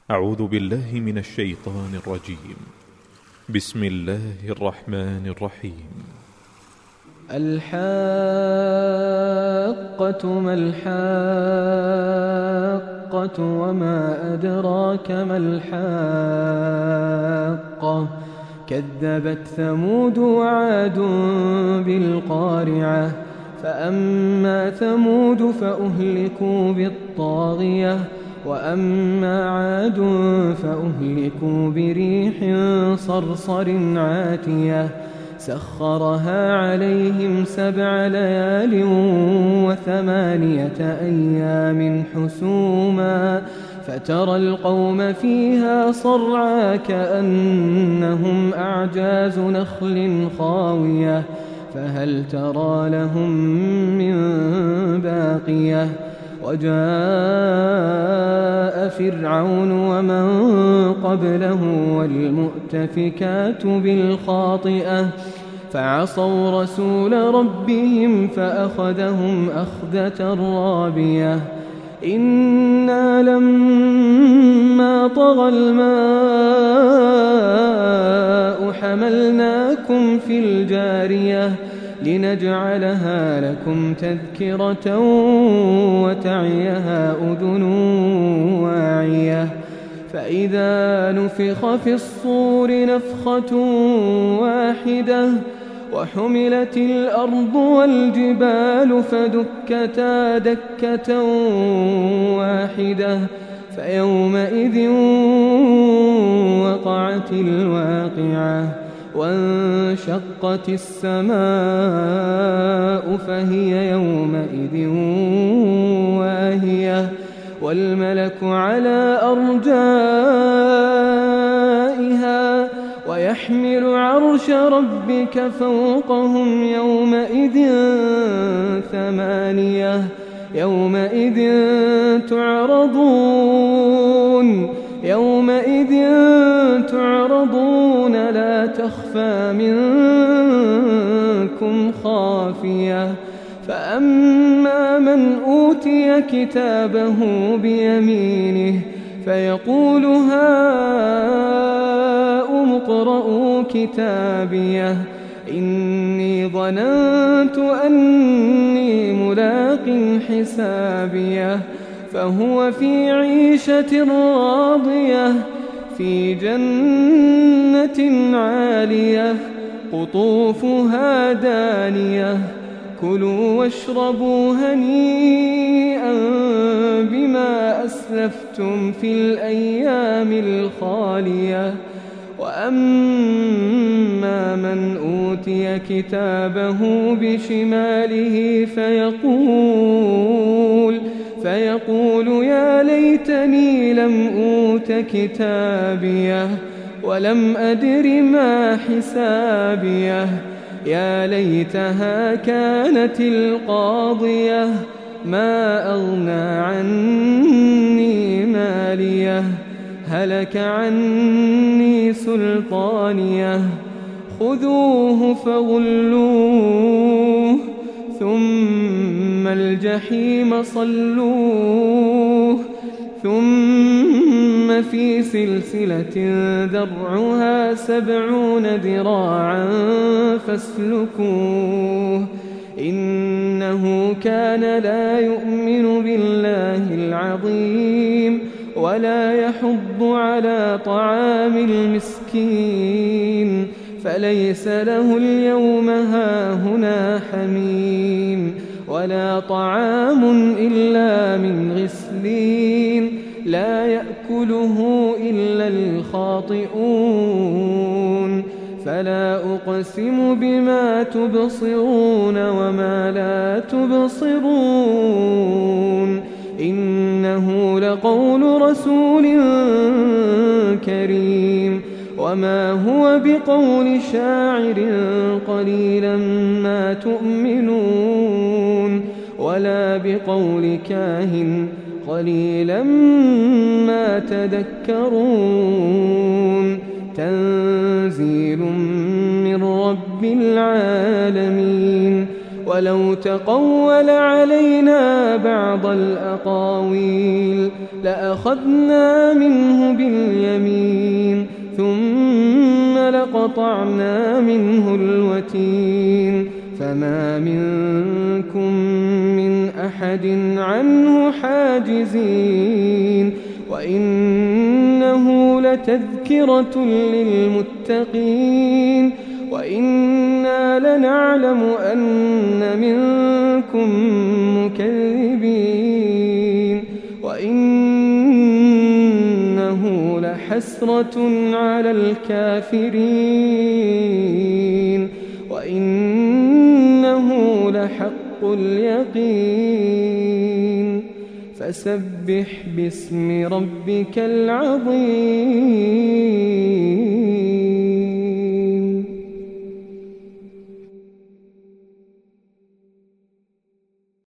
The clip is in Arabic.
أعوذ بالله من الشيطان الرجيم. بسم الله الرحمن الرحيم. الحاقة ما الحاقة وما أدراك ما الحاقة كذبت ثمود وعاد بالقارعة فأما ثمود فأهلكوا بالطاغية وأما عاد فأهلكوا بريح صرصر عاتية سخرها عليهم 7 ليال و8 أيام حسوما فترى القوم فيها صرعى كأنهم أعجاز نخل خاوية فهل ترى لهم من باقية وجاء فرعون ومن قبله والمؤتفكات بالخاطئة فعصوا رسول ربهم فأخذهم أخذة رابية إنا لما طغى الماء حملناكم في الجارية لنجعلها لكم تذكرة وتعيها أذن واعية فإذا نفخ في الصور نفخة واحدة وحملت الأرض والجبال فدكتا دكة واحدة فيومئذ وقعت الواقعة وانشقت السماء فهي يومئذ واهية والملك على أرجائها ويحمل عرش ربك فوقهم يومئذ 8 يومئذ تعرضون لا تخفى منكم خافية فأما من أوتي كتابه بيمينه فيقول هاؤم اقرءوا كتابيه إني ظننت أني ملاق حسابيه فهو في عيشة راضية في جنة عالية قطوفها دانية كلوا واشربوا هنيئا بما أسلفتم في الأيام الخالية وأما من أوتي كتابه بشماله فيقول يا ليتني لم أوت كتابيه ولم أدر ما حسابيه يا ليتها كانت القاضية ما أغنى عني ماليه هلك عني سلطانيه خذوه فغلوه ثم الجحيم صلوه ثم في سلسلة ذرعها 70 ذراعا فاسلكوه إنه كان لا يؤمن بالله العظيم ولا يحض على طعام المسكين فليس له اليوم هاهنا حميم ولا طعام إلا من غسلين لا يأكله إلا الخاطئون فلا أقسم بما تبصرون وما لا تبصرون إنه لقول رسول كريم وما هو بقول شاعر قليلا ما تؤمنون ولا بقول كاهن قليلا ما تذكرون تنزيل من رب العالمين ولو تقول علينا بعض الأقاويل لأخذنا منه باليمين ثم لقطعنا منه الوتين فما منكم من أحد عنه حاجزين وإنه لتذكرة للمتقين وإنا لنعلم أن منكم مكذبين وإنه لحسرة على الكافرين وإنه لحق اليقين فسبح باسم ربك العظيم.